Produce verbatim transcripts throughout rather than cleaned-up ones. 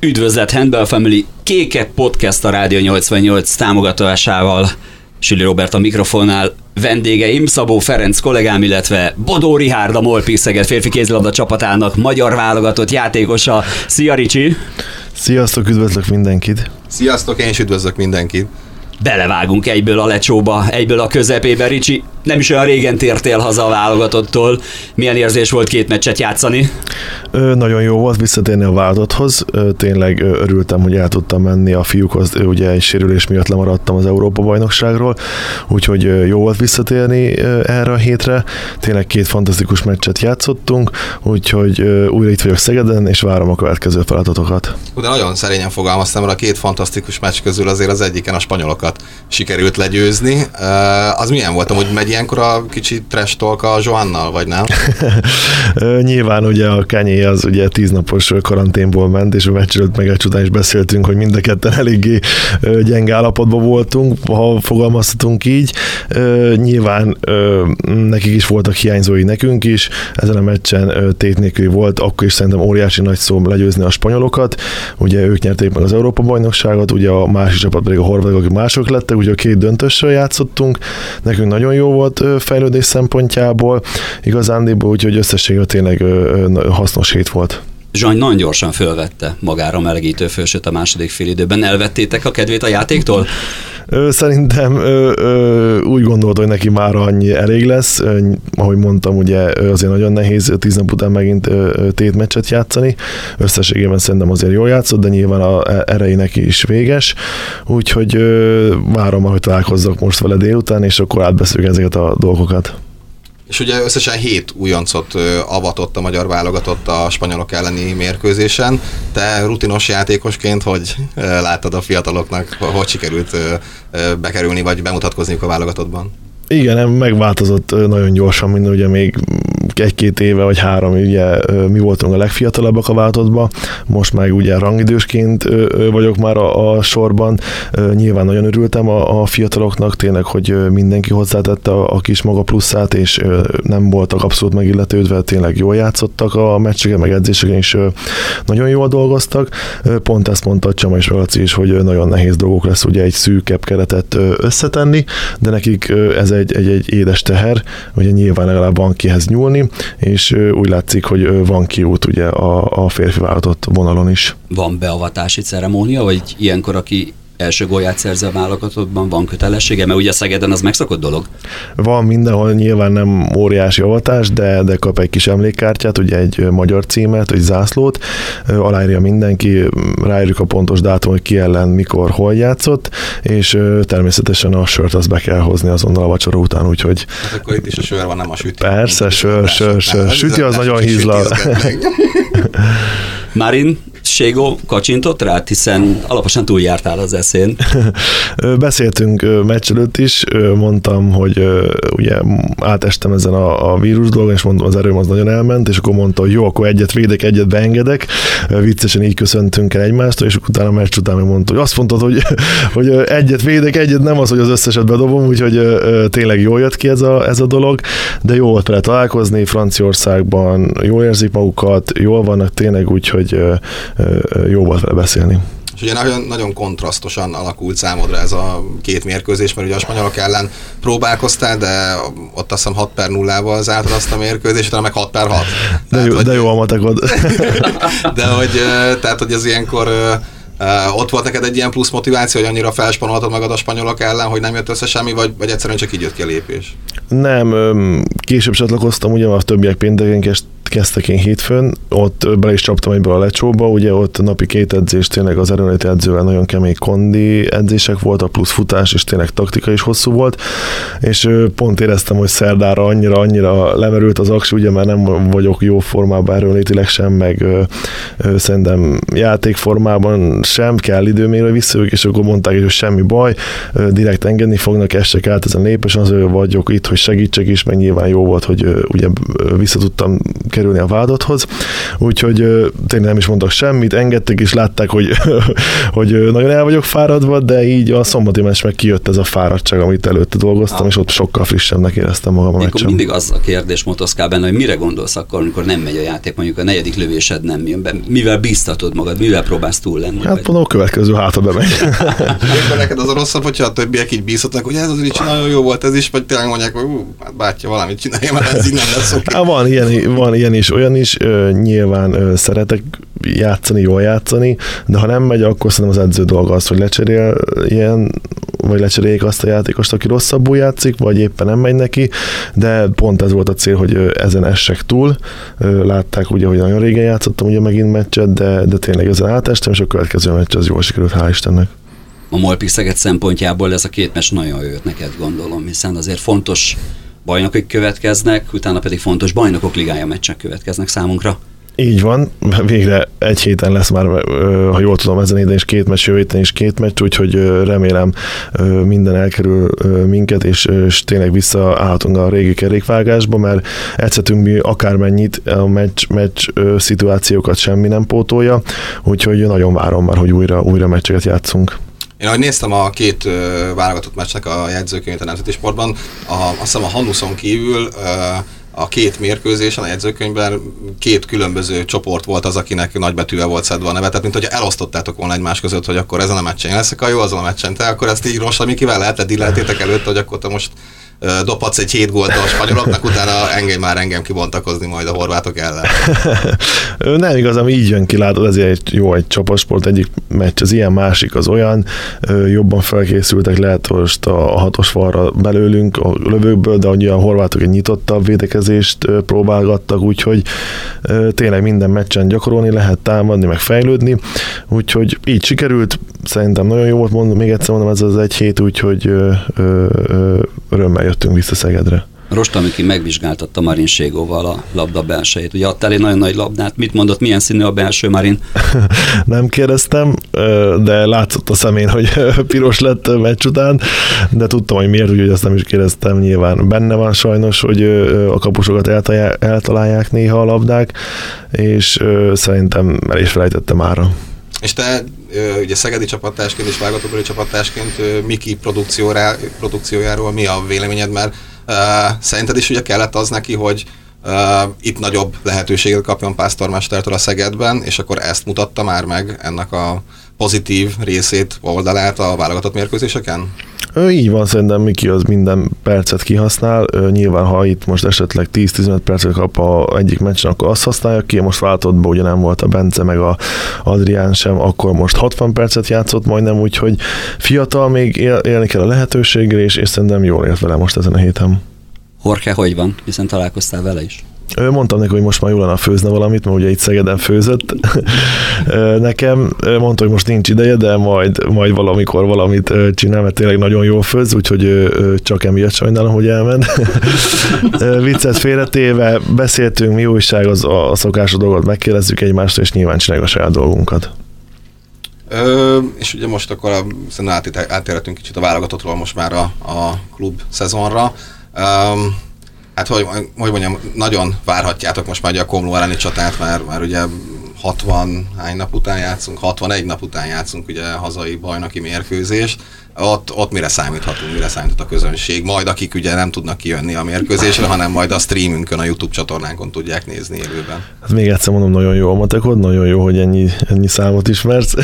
Üdvözlet Handball Family, Kékek Podcast a Rádió nyolcvannyolc támogatásával. Süli Róbert a mikrofonnál, vendégeim Szabó Ferenc kollégám, illetve Bodó Rihárd, a MOL Szeged férfi kézilabda csapatának magyar válogatott játékosa. Szia Ricsi! Sziasztok, üdvözlök mindenkit! Sziasztok, én is üdvözlök mindenkit! Belevágunk egyből a lecsóba, egyből a közepébe. Ricsi, nem is olyan régen tértél haza a válogatottól. Milyen érzés volt két meccset játszani? Ö, nagyon jó volt visszatérni a válogatotthoz. Ö, tényleg ö, örültem, hogy el tudtam menni a fiúkhoz. Ö, ugye egy sérülés miatt lemaradtam az Európa-bajnokságról, úgyhogy ö, jó volt visszatérni ö, erre a hétre. Tényleg két fantasztikus meccset játszottunk, úgyhogy ö, újra itt vagyok Szegeden, és várom a következő feladatokat. De nagyon szerényen fogalmaztam, mert a két fantasztikus meccs közül azért az egyiken a spanyolokat sikerült legyőzni. Uh, az milyen volt, hogy megy ilyenkor a kicsi trash talk a Joannal, vagy nem? Nyilván ugye a Kanye az ugye tíznapos karanténból ment, és a meccs előtt meg egy után is beszéltünk, hogy mind a ketten eléggé gyenge állapotban voltunk, ha fogalmazhatunk így. Nyilván nekik is voltak hiányzói, nekünk is. Ezen a meccsen tét nélküli volt, akkor is szerintem óriási nagy szó legyőzni a spanyolokat. Ugye ők nyerték meg az Európa-bajnokságot, ugye a másik csapat pedig a horvátok, akik mások lettek, ugye a két döntősről játszottunk. Nekünk nagyon jó volt fejlődés szempontjából, igazándiból, úgyhogy összességében tényleg hasznos hét volt. Zsany nagyon gyorsan fölvette magára a melegítő fősöt a második félidőben. Elvettétek a kedvét a játéktól? Szerintem ö, ö, úgy gondolt, hogy neki már annyi elég lesz. Ö, ahogy mondtam, ugye azért nagyon nehéz tíz nap után megint ö, tét meccset játszani. Összességében szerintem azért jól játszott, de nyilván a erejének is véges. Úgyhogy ö, várom, hogy találkozzak most vele délután, és akkor átbeszéljük ezeket a dolgokat. És ugye összesen hét újoncot avatott a magyar válogatott a spanyolok elleni mérkőzésen. Te rutinos játékosként hogy láttad a fiataloknak, hogy sikerült bekerülni vagy bemutatkozniuk a válogatottban? Igen, megváltozott nagyon gyorsan minden, ugye még egy-két éve vagy három, ugye mi voltunk a legfiatalabbak a válogatottban, most meg ugye rangidősként vagyok már a, a sorban. Nyilván nagyon örültem a, a fiataloknak, tényleg, hogy mindenki hozzátette a, a kis maga pluszát, és nem voltak abszolút megilletődve, tényleg jól játszottak a meccseken, meg edzéseken is nagyon jól dolgoztak. Pont ezt mondta Csama és Laci is, hogy nagyon nehéz dolgok lesz ugye egy szűkebb keretet összetenni, de nekik ez egy, egy, egy édes teher, ugye nyilván legalább van kihez nyúlni, és úgy látszik, hogy van kiút ugye a, a férfi válogatott vonalon is. Van beavatási ceremónia, vagy ilyenkor, aki első gólját szerzi a válogatottban, van kötelessége? Mert ugye a Szegeden az megszokott dolog? Van mindenhol, nyilván nem óriási avatás, de, de kap egy kis emlékkártyát, ugye egy magyar címet, egy zászlót, aláírja mindenki, ráírjuk a pontos dátum, hogy ki ellen, mikor, hol játszott, és természetesen a sört azt be kell hozni azonnal a vacsora után, úgyhogy... Hát akkor itt is a sör van, nem a süti. Persze, sör, sör, sör. Süti az nagyon hízlal. Márin, Ségó kacsintott rád, hiszen alaposan túljártál az eszén. Beszéltünk meccs előtt is, mondtam, hogy ugye átestem ezen a, a vírus dolgon, és mondtam, az erőm az nagyon elment, és akkor mondta, hogy jó, akkor egyet védek, egyet beengedek. Viccesen így köszöntünk el egymástól, és utána a meccs után meg mondta, hogy azt mondtad, hogy, hogy egyet védek, egyet nem az, hogy az összeset bedobom, úgyhogy tényleg jól jött ki ez a, ez a dolog, de jó volt vele találkozni, Franciaországban jól érzik magukat, jól vannak tényleg, úgyhogy jó volt vele beszélni. És ugye nagyon, nagyon kontrasztosan alakult számodra ez a két mérkőzés, mert ugye a spanyolok ellen próbálkoztál, de ott azt hiszem hat per nullával zártad azt a mérkőzést, utána meg hat per hat. De, tehát, jó, hogy, de jó a matekod. De hogy, tehát, hogy az ilyenkor Uh, ott volt neked egy ilyen plusz motiváció, hogy annyira felspanoltad magad a spanyolok ellen, hogy nem jött össze semmi, vagy, vagy egyszerűen csak így jött ki a lépés? Nem, később csatlakoztam, ugye a többiek pénteken kezdtek én hétfőn, ott bele is csaptam egyből a lecsóba, ugye ott napi két edzés, tényleg az erőnléti edzővel nagyon kemény kondi edzések voltak, plusz futás, és tényleg taktika is hosszú volt, és pont éreztem, hogy szerdára annyira, annyira lemerült az aksi, ugye már nem vagyok jó formában erőnlétileg sem, meg ö, ö, szerintem játékformában sem kell idő még, hogy visszajövök, és akkor mondták, hogy semmi baj, direkt engedni fognak, essek át ezen lépés, azért vagyok itt, hogy segítsek is, meg nyilván jó volt, hogy ugye vissza tudtam kerülni a vádothoz, úgyhogy tényleg nem is mondtak semmit, engedtek és látták, hogy, hogy nagyon el vagyok fáradva, de így a szombati meccs meg kijött ez a fáradtság, amit előtte dolgoztam, ah. és ott sokkal frissebbnek éreztem magam a meccsen. Mindig az a kérdés motoszkál benne, hogy mire gondolsz akkor, amikor nem megy a játék, mondjuk a negyedik lövésed nem jön be, mivel bíztatod magad, mivel próbálsz túl lenni? Hát vagy? Mondom, a következő hátra bemegy. Akkor neked az a rosszabb, hogyha a többiek így bíztatnak, hogy ez az így nagyon jó volt ez is, vagy tényleg mondják, hogy ú, hát bátya, valamit csinálja, mert ez így nem lesz oké. Hát van ilyen, van ilyen is, olyan is, nyilván szeretek játszani, jól játszani, de ha nem megy, akkor szerintem az edző dolga az, hogy lecserél ilyen, vagy lecseréljék azt a játékost, aki rosszabbul játszik, vagy éppen nem megy neki, de pont ez volt a cél, hogy ezen essek túl. Látták ugye, hogy nagyon régen játszottam ugye megint meccset, de, de tényleg ezen átestem, és a következő meccs az jól sikerült, hál' Istennek. A MOL Sziget szempontjából ez a két meccs nagyon jött neked, gondolom, hiszen azért fontos bajnokok következnek, utána pedig fontos bajnokok ligája meccsek következnek számunkra. Így van, végre egy héten lesz már, ha jól tudom, ezen héten is két meccs, jövő héten is két meccs, úgyhogy remélem minden elkerül minket, és, és tényleg visszaállhatunk a régi kerékvágásba, mert edzhetünk mi akármennyit, a meccs, meccs szituációkat semmi nem pótolja, úgyhogy nagyon várom már, hogy újra, újra meccseket játszunk. Én ahogy néztem a két uh, válogatott meccsnek a jegyzőkönyvét a Nemzeti Sportban, a, azt hiszem a Hanuszon kívül uh, a két mérkőzésen, a jegyzőkönyvben két különböző csoport volt az, akinek nagybetűvel volt szedve a neve, tehát mint hogyha elosztottátok volna egymás között, hogy akkor ezen a meccsen én leszek a jó, azon a meccsen te, akkor ezt így Rossa Mikivel lehetett illeltétek előtt, hogy akkor te most dobhatsz egy hét gólt a spanyoloknak, utána engedj már engem kibontakozni majd a horvátok ellen. Nem igazán így jön ki, látod, ezért egy, jó egy csapatsport, egyik meccs az ilyen, másik az olyan, jobban felkészültek, lehet most a hatos falra belőlünk a lövőkből, de ugye a horvátok egy nyitottabb védekezést próbálgattak, úgyhogy tényleg minden meccsen gyakorolni lehet, támadni, meg fejlődni, úgyhogy így sikerült, szerintem nagyon jó volt, mondom, még egyszer mondom, ez az egy hét, úgyhogy örömmel jöttünk vissza Szegedre. Rosta Miki megvizsgáltatta Marin Ségóval a labda belsejét. Ugye adtál egy nagyon nagy labdát, mit mondott, milyen színű a belső, Marin? Nem kérdeztem, de látszott a szemén, hogy piros lett meccs után, de tudtam, hogy miért, úgyhogy azt nem is kérdeztem. Nyilván benne van sajnos, hogy a kapusokat eltalálják, eltalálják néha a labdák, és szerintem el is felejtettem ára. És te ugye szegedi csapattársként és válogatóbeli csapattársként Miki produkciójáról mi a véleményed, mert uh, szerinted is ugye kellett az neki, hogy uh, itt nagyobb lehetőséget kapjon Pásztormestertől a Szegedben, és akkor ezt mutatta már meg ennek a pozitív részét, oldalát a válogatott mérkőzéseken? Így van, szerintem Miki az minden percet kihasznál. Nyilván, ha itt most esetleg tíz-tizenöt percet kap a egyik meccsen, akkor azt használja ki. Most váltottban ugye nem volt a Bence meg a Adrián sem, akkor most hatvan percet játszott majdnem, úgyhogy fiatal, még él, élni kell a lehetőségre, és, és szerintem jól élt vele most ezen a héten. Jorge, hogy van? Hiszen találkoztál vele is. Mondtam neki, hogy most már jól lenne főzne valamit, mert ugye itt Szegeden főzött nekem. Mondta, hogy most nincs ideje, de majd, majd valamikor valamit csinál, mert tényleg nagyon jól főz, úgyhogy csak emiatt sajnálom, hogy elment. Viccet félretéve, beszéltünk, mi újság, az a szokásos dolgot megkérdezzük egymást, és nyilván csináljuk a saját dolgunkat. Ö, és ugye most akkor átérhetünk kicsit a válogatottról most már a, a klub szezonra. Um, Hát, hogy, hogy mondjam, nagyon várhatjátok most már a Komló elleni csatát, mert már ugye hatvan hány nap után játszunk, hatvanegy nap után játszunk ugye hazai bajnoki mérkőzést. Ott, ott mire számíthatunk, mire számíthat a közönség, majd akik ugye nem tudnak kijönni a mérkőzésre, hanem majd a streamünkön, a YouTube csatornánkon tudják nézni élőben. Hát még egyszer mondom, nagyon jó a matekod, nagyon jó, hogy ennyi, ennyi számot ismersz.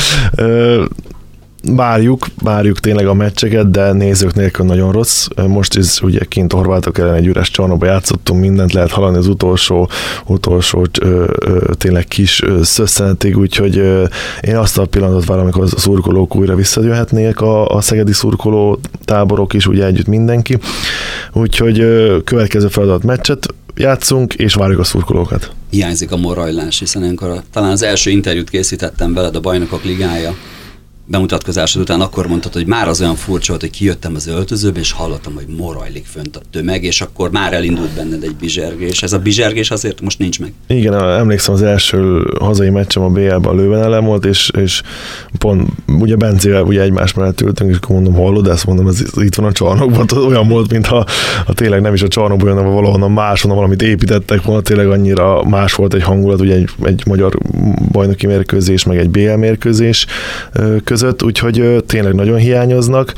Várjuk, várjuk tényleg a meccseket, de nézők nélkül nagyon rossz. Most is ugye kint horvátok ellen egy üres csarnokba játszottunk, mindent lehet hallani az utolsó, utolsó ö, ö, tényleg kis szösszenetig, úgyhogy ö, én azt a pillanatot várom, amikor a szurkolók újra visszajöhetnék, a, a szegedi szurkoló táborok is, ugye együtt mindenki. Úgyhogy ö, következő feladat meccset játszunk, és várjuk a szurkolókat. Hiányzik a morajlás, hiszen amikor a, talán az első interjút készítettem veled, a Bajnokok Ligája bemutatkozásod után akkor mondtad, hogy már az olyan furcsa volt, hogy kijöttem az öltözőbe, és hallottam, hogy morajlik fönt a tömeg, és akkor már elindult benned egy bizsergés. Ez a bizsergés azért most nincs meg. Igen, emlékszem, az első hazai meccsem a bé el-ben a Lőven ellen volt, és, és pont ugye Bencével ugye egymás mellett ültünk, és akkor mondom, hallod, ezt mondom, ez itt van a csarnokban, olyan volt, mintha ha tényleg nem is a csarnokban, hanem valahonnan máshonnan valamit építettek volna, tényleg annyira más volt egy hangulat, ugye egy, egy magyar bajnoki mérkőzés, meg egy bé el mérkőzés között, úgyhogy tényleg nagyon hiányoznak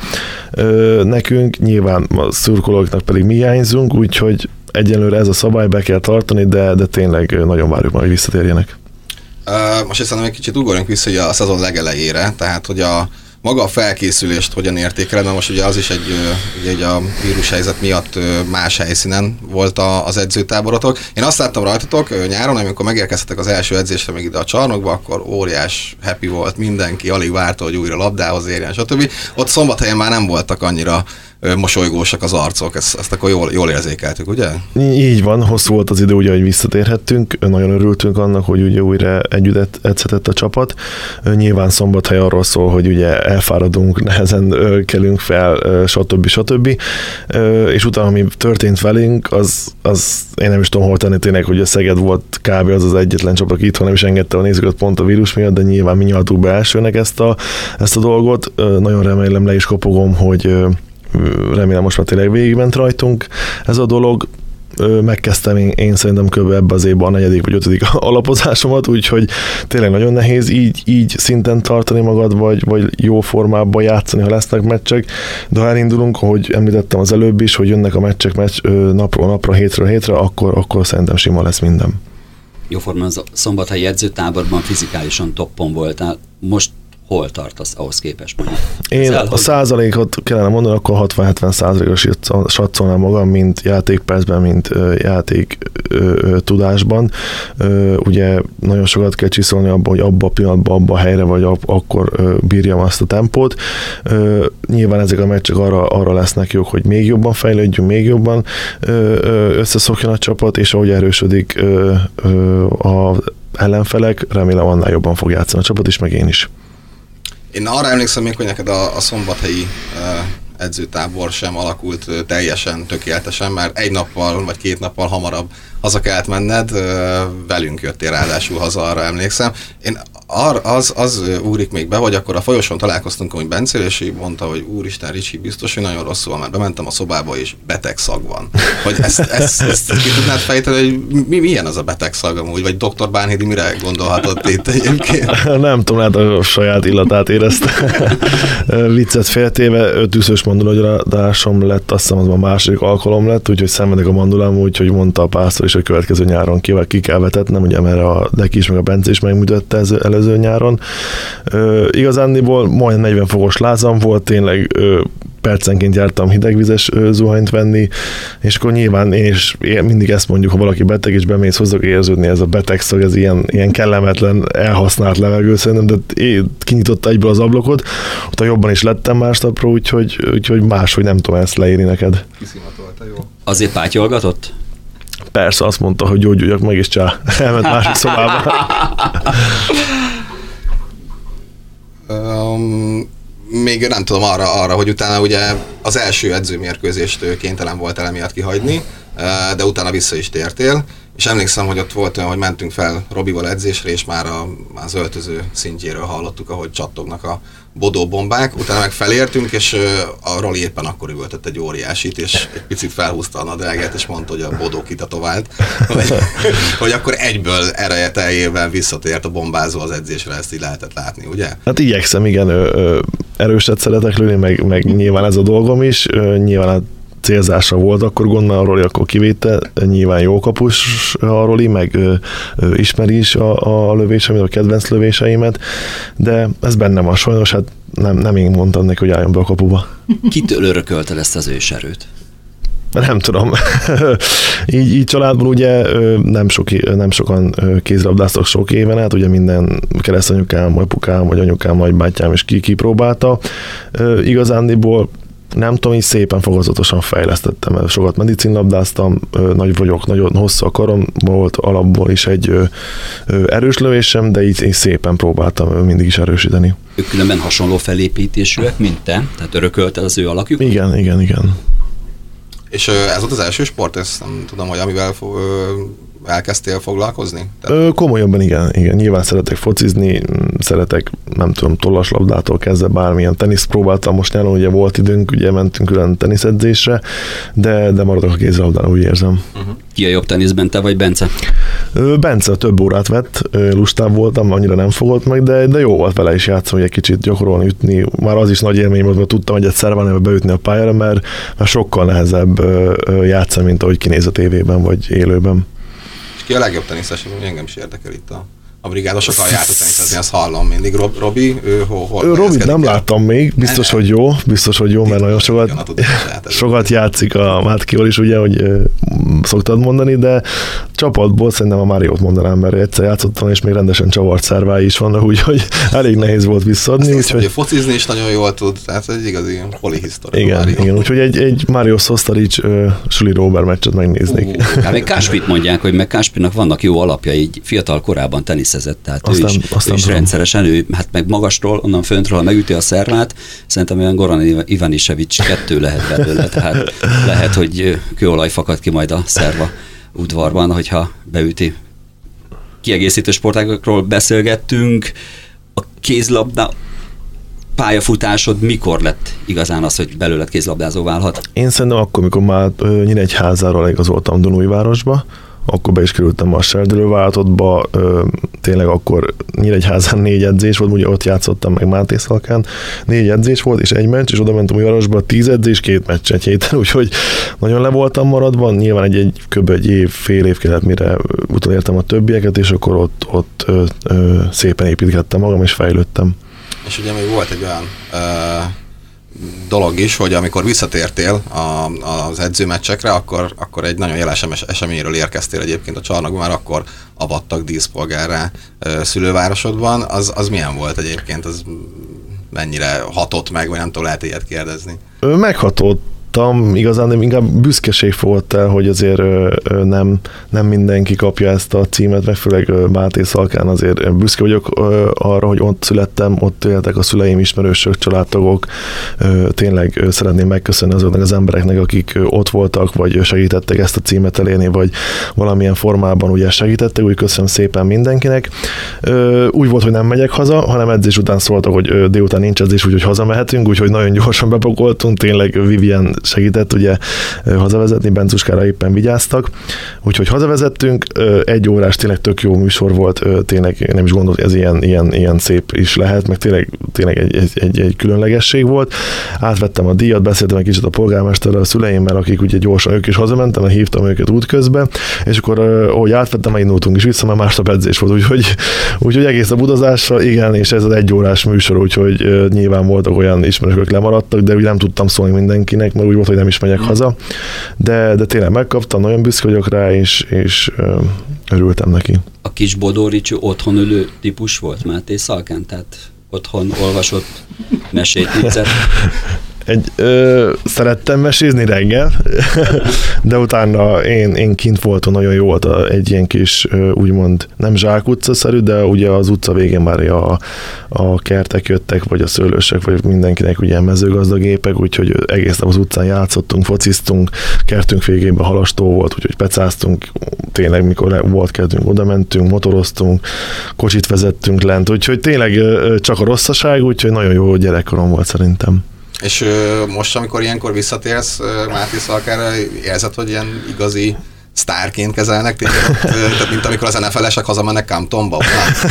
nekünk, nyilván a szurkolóknak pedig mi hiányzunk, úgyhogy egyenlőre ez a szabály be kell tartani, de, de tényleg nagyon várjuk majd, hogy visszatérjenek. Uh, most szerintem egy kicsit ugorjunk vissza ugye a szezon legelejére, tehát hogy a maga a felkészülést hogyan értékeled, mert most ugye az is egy, ugye egy a vírushelyzet miatt más helyszínen volt a, az edzőtáborotok. Én azt láttam rajtatok nyáron, amikor megérkeztetek az első edzésre meg ide a csarnokba, akkor óriás happy volt mindenki, alig várta, hogy újra labdához érjen, stb. Ott Szombathelyen már nem voltak annyira mosolygósak az arcok, ezt, ezt akkor jól, jól érzékeltük, ugye? Így van, hosszú volt az idő, ugye, hogy visszatérhettünk, nagyon örültünk annak, hogy ugye újra együtt edzhetett a csapat. Nyilván Szombathely arról szól, hogy ugye elfáradunk, nehezen kelünk fel, stb. stb. És utána, ami történt velünk, az, az én nem is tudom hol tenni tényleg, hogy a Szeged volt kb. Az az egyetlen csapat, aki itthon nem is engedte a nézőket pont a vírus miatt, de nyilván mi nyaltuk be elsőnek ezt a, ezt a dolgot. Nagyon remélem, le is kopogom, hogy remélem most már tényleg végigment rajtunk ez a dolog. Megkezdtem én, én szerintem kb. Ebbe az évben a negyedik vagy ötödik alapozásomat, úgyhogy tényleg nagyon nehéz így, így szinten tartani magad, vagy, vagy jó formában játszani, ha lesznek meccsek, de ha elindulunk, ahogy említettem az előbb is, hogy jönnek a meccsek meccs, napról napra, hétről hétre, akkor, akkor szerintem sima lesz minden. Jóformán a szombathelyi edzőtáborban fizikálisan toppon voltál. Most hol tartasz ahhoz képest mondjuk? Én a százalékot kellene mondani, akkor hatvan-hetven százalékos satszolnám magam, mint játékpercben, mint játék ö, ö, tudásban. Ö, ugye nagyon sokat kell csiszolni abban, hogy abban a pillanatban, abban a helyre, vagy ab, akkor ö, bírjam azt a tempót. Ö, nyilván ezek a meccsek arra, arra lesznek jók, hogy még jobban fejlődjünk, még jobban ö, ö, összeszokjon a csapat, és ahogy erősödik ö, ö, a ellenfelek, remélem annál jobban fog játszani a csapat is, meg én is. Én arra emlékszem még, hogy neked a, a szombathelyi uh, edzőtábor sem alakult uh, teljesen tökéletesen, mert egy nappal vagy két nappal hamarabb haza kellett menned, uh, velünk jöttél ráadásul haza, arra emlékszem. Én ar, az, az uh, úrik még be, hogy akkor a folyosón találkoztunk, hogy Bencél, és így mondta, hogy úristen, Ricsi, biztos, hogy nagyon rosszul, mert bementem a szobába, és beteg szag van. Hogy ezt, ezt, ezt, ezt ki tudnád fejteni, hogy mi, milyen az a beteg szag amúgy, vagy doktor Bánhidi mire gondolhatott itt egyébként? Nem tudom, hát a saját illatát érezte. Viccet féltéve, öt üszös mandulagyaradásom lett, azt hiszem az a második alkalom lett, úgyhogy szenvedek a mandulám, úgyhogy mondta a pásztor is, hogy következő nyáron kivel ki kell vetetnem, ugye, mert a Deki is, meg a Bence is megmutatta ez előző nyáron. Ö, igazándiból majdnem negyven fokos lázam volt, tényleg ö, percenként jártam hidegvizes ö, zuhanyt venni, és akkor nyilván én is én mindig ezt mondjuk, ha valaki beteg és bemész hozzá érződni, ez a betegszag, ez ilyen, ilyen kellemetlen, elhasznált levegő szerintem, de én kinyitotta egyből az ablakot, utána jobban is lettem másnapra, úgyhogy, úgyhogy máshogy nem tudom ezt leírni neked. Kiszimatolta, jó. Azért pátyolgatott? Persze, azt mondta, hogy gyógyuljak meg, és csá, elment másik szobába. um, még nem tudom arra, arra, hogy utána ugye az első edzőmérkőzést kénytelen voltál emiatt kihagyni, de utána vissza is tértél, és emlékszem, hogy ott volt olyan, hogy mentünk fel Robival edzésre, és már a, az öltöző szintjéről hallottuk, ahogy csattognak a bodóbombák, utána meg felértünk, és a Roli éppen akkor üvöltött egy óriásit, és egy picit felhúzta a nadrágját, és mondta, hogy a bodó kitatovált, hogy, hogy akkor egyből ereje teljében visszatért a bombázó az edzésre, ezt így lehetett látni, ugye? Hát igyekszem, igen, erőset szeretek lőni, meg, meg nyilván ez a dolgom is, nyilván a célzásra volt akkor gond, mert a Roli akkor kivétte, nyilván jó kapus a Roli, meg ő, ő ismeri is a, a lövéseimet, a kedvenc lövéseimet, de ez bennem van sajnos, hát nem, nem én mondtam neki, hogy álljon be a kapuba. Kitől örökölted ezt az őserőt? Nem tudom. így, így családban ugye nem, sok, nem sokan kézilabdáztak sok éven át, ugye minden keresztanyukám, apukám, vagy anyukám, nagybátyám is ki kipróbálta. Igazándiból nem tudom, így szépen fokozatosan fejlesztettem, mert sokat medicinlabdáztam, nagy vagyok, nagyon hosszú a karom, volt alapból is egy erős lövésem, de így, így szépen próbáltam mindig is erősíteni. ők különben hasonló felépítésűek, mint te, tehát örökölted az ő alakjukat? Igen, igen, igen. És ez volt az első sport, ezt nem tudom, hogy amivel fo- elkezdtél foglalkozni? Ö, komolyabban igen, igen. Nyilván szeretek focizni, szeretek, nem tudom, tollaslabdától kezdve bármilyen teniszt próbáltam most nyáron, ugye volt időnk, ugye mentünk külön teniszedzésre, de, de maradok a kézilabdán, úgy érzem. Uh-huh. Ki a jobb teniszben, te vagy Bence? Ö, Bence több órát vett, ö, lustább voltam, annyira nem fogott meg, de, de jó volt vele is játszani, egy kicsit gyakorolni, ütni. Már az is nagy élmény volt, mert tudtam egyet szerválni, vagy beütni a pályára, mert, mert sokkal nehezebb ö, ö, játszani, mint ahogy kinéz a tévében, vagy élőben. És ki a legjobb teniszes, engem is érdekel itt a, a brigádosokkal járt teniszezni, azt hallom mindig. Rob, Robi, ő hol, hol Robit nem el? láttam még, biztos, ne, hogy jó, biztos, hogy jó, mert nagyon sokat, sokat játszik a Mátkival is, ugye, hogy ö, szoktad mondani, de csapatból szerintem a Máriót mondanám, mert egyszer játszottam, és még rendesen csavart szervái is vannak, úgyhogy elég nehéz volt visszaadni. Úgyhogy hogy focizni is nagyon jól tud, tehát egy igazi polihisztoria. Igen, igen, úgyhogy egy, egy Mário Szosztarics uh, Suli Robert meccset megnéznék. Uh, hát még Káspit mondják, hogy meg Káspinak vannak jó alapjai, így fiatal korában teniszezett, tehát aztán, ő is, ő is rendszeresen, ő hát meg magasról, onnan föntről, ha megüti a szervát, szerintem olyan Goran Ivanisevics kettő lehet belőle, tehát lehet, hogy kőolaj fakad ki majd a szerva udvarban, hogyha beüti. Kiegészítő sportágokról beszélgettünk, a kézlabda pályafutásod mikor lett igazán az, hogy belőled kézlabdázó válhat? Én szerintem akkor, mikor már Nyíregyházáról igazoltam Dunújvárosba, akkor be is kerültem a serdülőváltottba, tényleg akkor Nyíregyházán négy edzés volt, ugye ott játszottam meg Máté Szalkán, négy edzés volt, és egy meccs, és oda mentem Újvárosba, tíz edzés, két meccs egy héten, úgyhogy nagyon le voltam maradva, nyilván egy, egy kb. egy év, fél év kellett, mire utolértem a többieket, és akkor ott, ott ö, ö, szépen építgettem magam, és fejlődtem. És ugye még volt egy olyan ö, dolog is, hogy amikor visszatértél a, az edzőmeccsekre, akkor, akkor egy nagyon jeles eseményről érkeztél egyébként a csarnokban, már akkor avattak díszpolgárrá ö, szülővárosodban. Az, az milyen volt egyébként? Az mennyire hatott meg, vagy nem tudom, lehet ilyet kérdezni? Meghatott. Igazán nem, inkább büszkeség fogott el, hogy azért ö, ö, nem, nem mindenki kapja ezt a címet, meg főleg ö, Máté Szalkán azért büszke vagyok ö, arra, hogy ott születtem, ott éltek a szüleim, ismerősök, családtagok. Ö, tényleg ö, szeretném megköszönni azoknak az embereknek, akik ö, ott voltak, vagy segítettek ezt a címet elérni, vagy valamilyen formában ugye segítettek, úgy köszönöm szépen mindenkinek. Ö, úgy volt, hogy nem megyek haza, hanem edzés után szóltak, hogy ö, délután nincs edzés, úgyhogy hazamehetünk, úgyhogy nagyon gyorsan bepakoltunk, tényleg Vivian segített ugye hazavezetni, Bencuskára éppen vigyáztak, úgyhogy hazavezettünk, egy órás tényleg tök jó műsor volt, tényleg nem is gondolt, hogy ez ilyen, ilyen, ilyen szép is lehet, meg tényleg, tényleg egy, egy, egy, egy különlegesség volt. Átvettem a díjat, beszéltem egy kicsit a polgármesterrel, a szüleimmel, akik ugye gyorsan ők is hazamentem, hívtam őket útközben, és akkor ahogy átvettem, megindultunk is vissza, mert másnap edzés volt, úgyhogy, úgyhogy egész a budazásra, igen, és ez az egy órás műsor, úgyhogy nyilván voltak olyan ismerősök, lemaradtak, de úgy nem tudtam szólni mindenkinek, mert úgy volt, hogy nem is megyek mm. haza, de, de tényleg megkaptam, nagyon büszke vagyok rá, és, és ö, örültem neki. A kis Bodóricső otthon ülő típus volt Máté Szalkán, tehát otthon olvasott mesét, viccet? Egy, ö, szerettem mesézni reggel, de utána én, én kint voltam, nagyon jó volt a, egy ilyen kis, ö, úgymond nem zsákutca-szerű, de ugye az utca végén már a, a kertek jöttek, vagy a szőlősek, vagy mindenkinek ugye mezőgazdagépek, úgyhogy egész nap az utcán játszottunk, fociztunk, kertünk végében halastó volt, úgyhogy pecáztunk, tényleg mikor volt kertünk, oda mentünk, motoroztunk, kocsit vezettünk lent, úgyhogy tényleg ö, csak a rosszaság, úgyhogy nagyon jó gyerekkorom volt szerintem. És ö, most, amikor ilyenkor visszatérsz ö, Máté Szalkára, érzed, hogy ilyen igazi sztárként kezelnek téged, tehát mint amikor az en ef el-esek hazamennek Comptonba?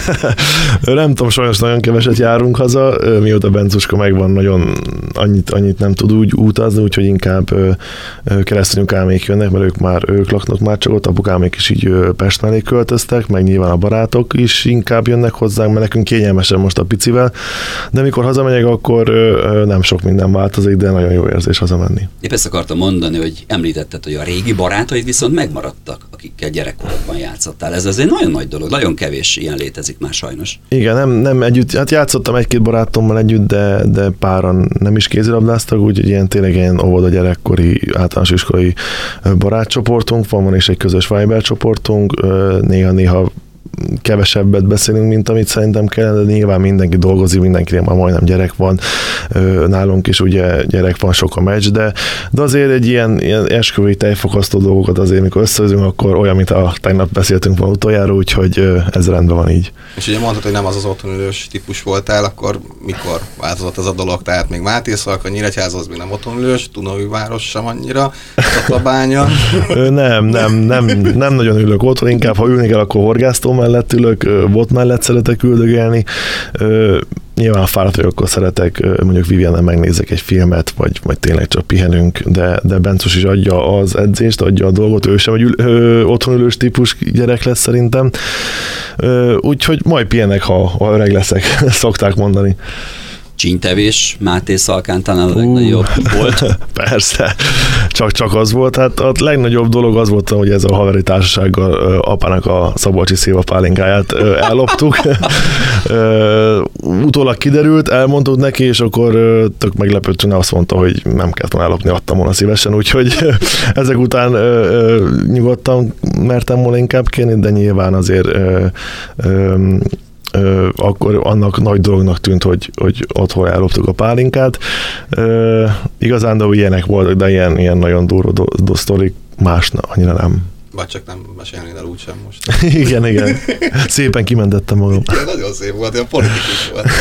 Nem tudom, sajnos nagyon keveset járunk haza, mióta Bencuska megvan, nagyon annyit, annyit nem tud úgy utazni, úgyhogy inkább keresztanyukámék jönnek, mert ők már ők laknak már csak ott, apukámék is így Pest mellé költöztek, meg nyilván a barátok is inkább jönnek hozzánk, mert nekünk kényelmesen most a picivel, de mikor hazamegyek, akkor nem sok minden változik, de nagyon jó érzés hazamenni. Épp ezt akartam mondani, hogy említetted, hogy a régi barátaid viszont megmaradtak, akikkel gyerekkorodban játszottál. Ez azért nagyon nagy dolog, nagyon kevés ilyen létezik már sajnos. Igen, nem, nem együtt, hát játszottam egy-két barátommal együtt, de, de páran nem is kézilabdáztak, úgyhogy ilyen tényleg ilyen óvoda gyerekkori, általános iskolai barátcsoportunk van, van is egy közös Viber csoportunk, néha-néha kevesebbet beszélünk, mint amit szerintem kellene, de nyilván mindenki dolgozik, mindenkinek már majdnem gyerek van, nálunk is ugye gyerek van, sok a meccs, de, de azért egy ilyen, ilyen esküvői tejfakasztó dolgokat azért, mikor összeözünk, akkor olyan, mint a tegnap beszéltünk volna utoljára, úgyhogy ez rendben van így. És ugye mondtad, hogy nem az az otthonülős típus voltál, akkor mikor változott ez a dolog? Tehát még Mátészalka, Nyíregyháza az még nem otthonülős, Dunaújváros sem annyira, Tatabánya. nem, nem, nem, nem nagyon ülök otthon, inkább ha ülni kell, akkor horgásztó mellett ülök, bot mellett szeretek üldögélni. Nyilván fáradt vagyok, akkor szeretek, mondjuk Viviannel megnézek egy filmet, vagy, vagy tényleg csak pihenünk, de, de Bencos is adja az edzést, adja a dolgot, ő sem egy ül, ö, otthonülős típus gyerek lesz szerintem. Úgyhogy majd pihenek, ha, ha öreg leszek, szokták mondani. Csínytevés Mátészalkán talán a legnagyobb uh, volt. Persze, csak, csak az volt. Hát a legnagyobb dolog az volt, hogy ez a haveri társasággal apának a Szabolcsi szilva pálinkáját elloptuk. Utólag kiderült, elmondtuk neki, és akkor tök meglepődtünk, azt mondta, hogy nem kellett volna ellopni, adtam volna szívesen, úgyhogy ezek után nyugodtan mertem volna inkább kérni, de nyilván azért Ö, akkor annak nagy dolognak tűnt, hogy, hogy otthon elloptuk a pálinkát. Ö, igazán, de ilyenek voltak, de ilyen, ilyen nagyon durva do, do sztorik, más annyira nem. Vagy csak nem mesélni el úgysem most. igen, igen. Szépen kimentettem magam. Igen, nagyon szép volt, olyan politikus volt.